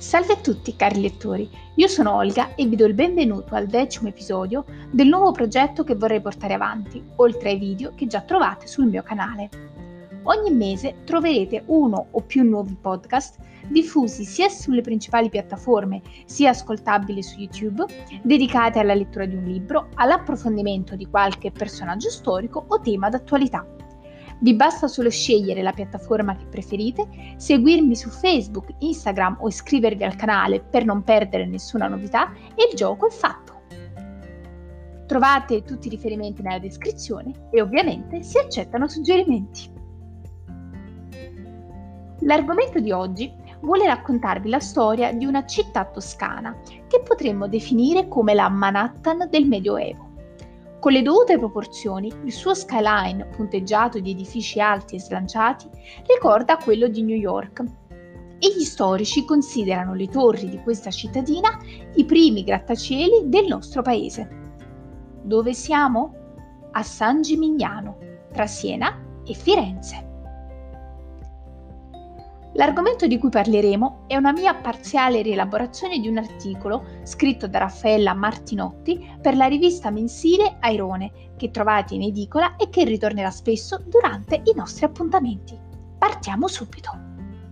Salve a tutti cari lettori, io sono Olga e vi do il benvenuto al 10° episodio del nuovo progetto che vorrei portare avanti, oltre ai video che già trovate sul mio canale. Ogni mese troverete uno o più nuovi podcast diffusi sia sulle principali piattaforme, sia ascoltabili su YouTube, dedicati alla lettura di un libro, all'approfondimento di qualche personaggio storico o tema d'attualità. Vi basta solo scegliere la piattaforma che preferite, seguirmi su Facebook, Instagram o iscrivervi al canale per non perdere nessuna novità e il gioco è fatto. Trovate tutti i riferimenti nella descrizione e ovviamente si accettano suggerimenti. L'argomento di oggi vuole raccontarvi la storia di una città toscana che potremmo definire come la Manhattan del Medioevo. Con le dovute proporzioni, il suo skyline, punteggiato di edifici alti e slanciati, ricorda quello di New York. E gli storici considerano le torri di questa cittadina i primi grattacieli del nostro paese. Dove siamo? A San Gimignano, tra Siena e Firenze. L'argomento di cui parleremo è una mia parziale rielaborazione di un articolo scritto da Raffaella Martinotti per la rivista mensile Airone, che trovate in edicola e che ritornerà spesso durante i nostri appuntamenti. Partiamo subito!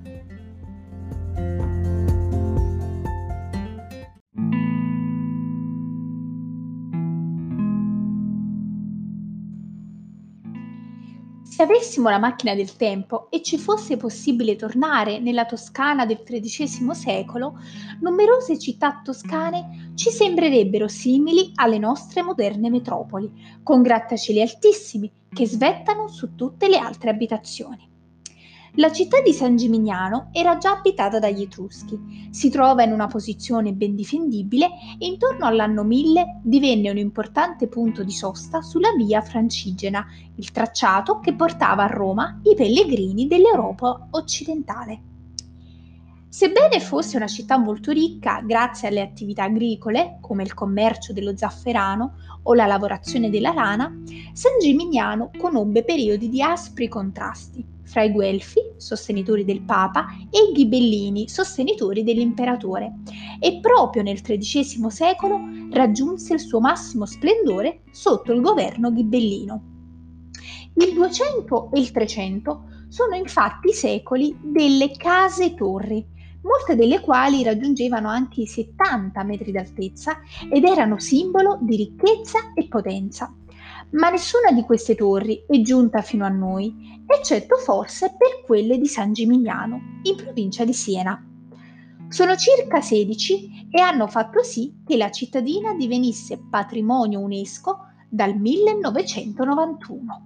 Se avessimo la macchina del tempo e ci fosse possibile tornare nella Toscana del XIII secolo, numerose città toscane ci sembrerebbero simili alle nostre moderne metropoli, con grattacieli altissimi che svettano su tutte le altre abitazioni. La città di San Gimignano era già abitata dagli Etruschi, si trova in una posizione ben difendibile e intorno all'anno 1000 divenne un importante punto di sosta sulla via Francigena, il tracciato che portava a Roma i pellegrini dell'Europa occidentale. Sebbene fosse una città molto ricca grazie alle attività agricole, come il commercio dello zafferano o la lavorazione della lana, San Gimignano conobbe periodi di aspri contrasti fra i Guelfi, sostenitori del Papa, e i Ghibellini, sostenitori dell'imperatore, e proprio nel XIII secolo raggiunse il suo massimo splendore sotto il governo ghibellino. Il 200 e il 300 sono infatti i secoli delle case-torri, molte delle quali raggiungevano anche i 70 metri d'altezza ed erano simbolo di ricchezza e potenza. Ma nessuna di queste torri è giunta fino a noi, eccetto forse per quelle di San Gimignano, in provincia di Siena. Sono circa 16 e hanno fatto sì che la cittadina divenisse patrimonio UNESCO dal 1991.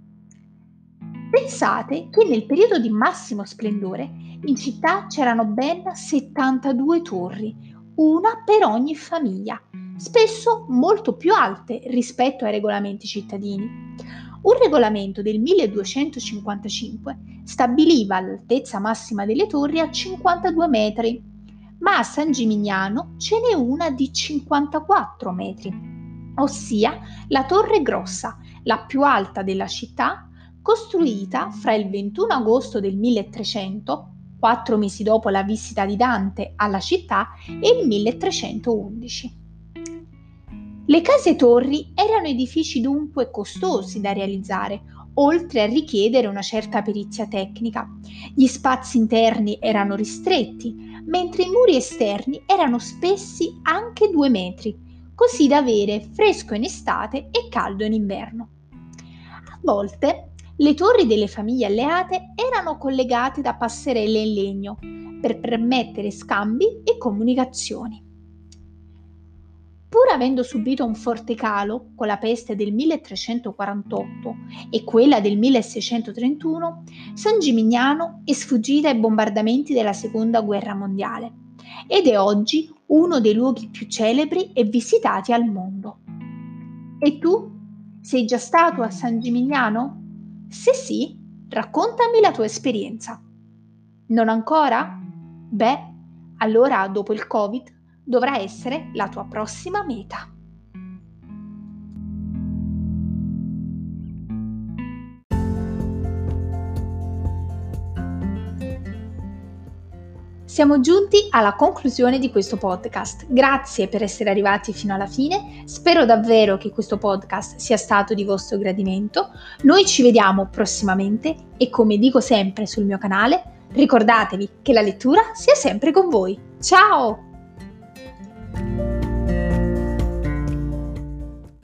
Pensate che nel periodo di massimo splendore in città c'erano ben 72 torri, una per ogni famiglia, spesso molto più alte rispetto ai regolamenti cittadini. Un regolamento del 1255 stabiliva l'altezza massima delle torri a 52 metri, ma a San Gimignano ce n'è una di 54 metri, ossia la Torre Grossa, la più alta della città, costruita fra il 21 agosto del 1300, 4 mesi dopo la visita di Dante alla città, e il 1311. Le case-torri erano edifici dunque costosi da realizzare, oltre a richiedere una certa perizia tecnica. Gli spazi interni erano ristretti, mentre i muri esterni erano spessi anche 2 metri, così da avere fresco in estate e caldo in inverno. A volte le torri delle famiglie alleate erano collegate da passerelle in legno per permettere scambi e comunicazioni. Pur avendo subito un forte calo con la peste del 1348 e quella del 1631, San Gimignano è sfuggita ai bombardamenti della Seconda Guerra Mondiale ed è oggi uno dei luoghi più celebri e visitati al mondo. E tu? Sei già stato a San Gimignano? Se sì, raccontami la tua esperienza. Non ancora? Beh, allora dopo il Covid dovrà essere la tua prossima meta. Siamo giunti alla conclusione di questo podcast. Grazie per essere arrivati fino alla fine. Spero davvero che questo podcast sia stato di vostro gradimento. Noi ci vediamo prossimamente e, come dico sempre sul mio canale, ricordatevi che la lettura sia sempre con voi. Ciao!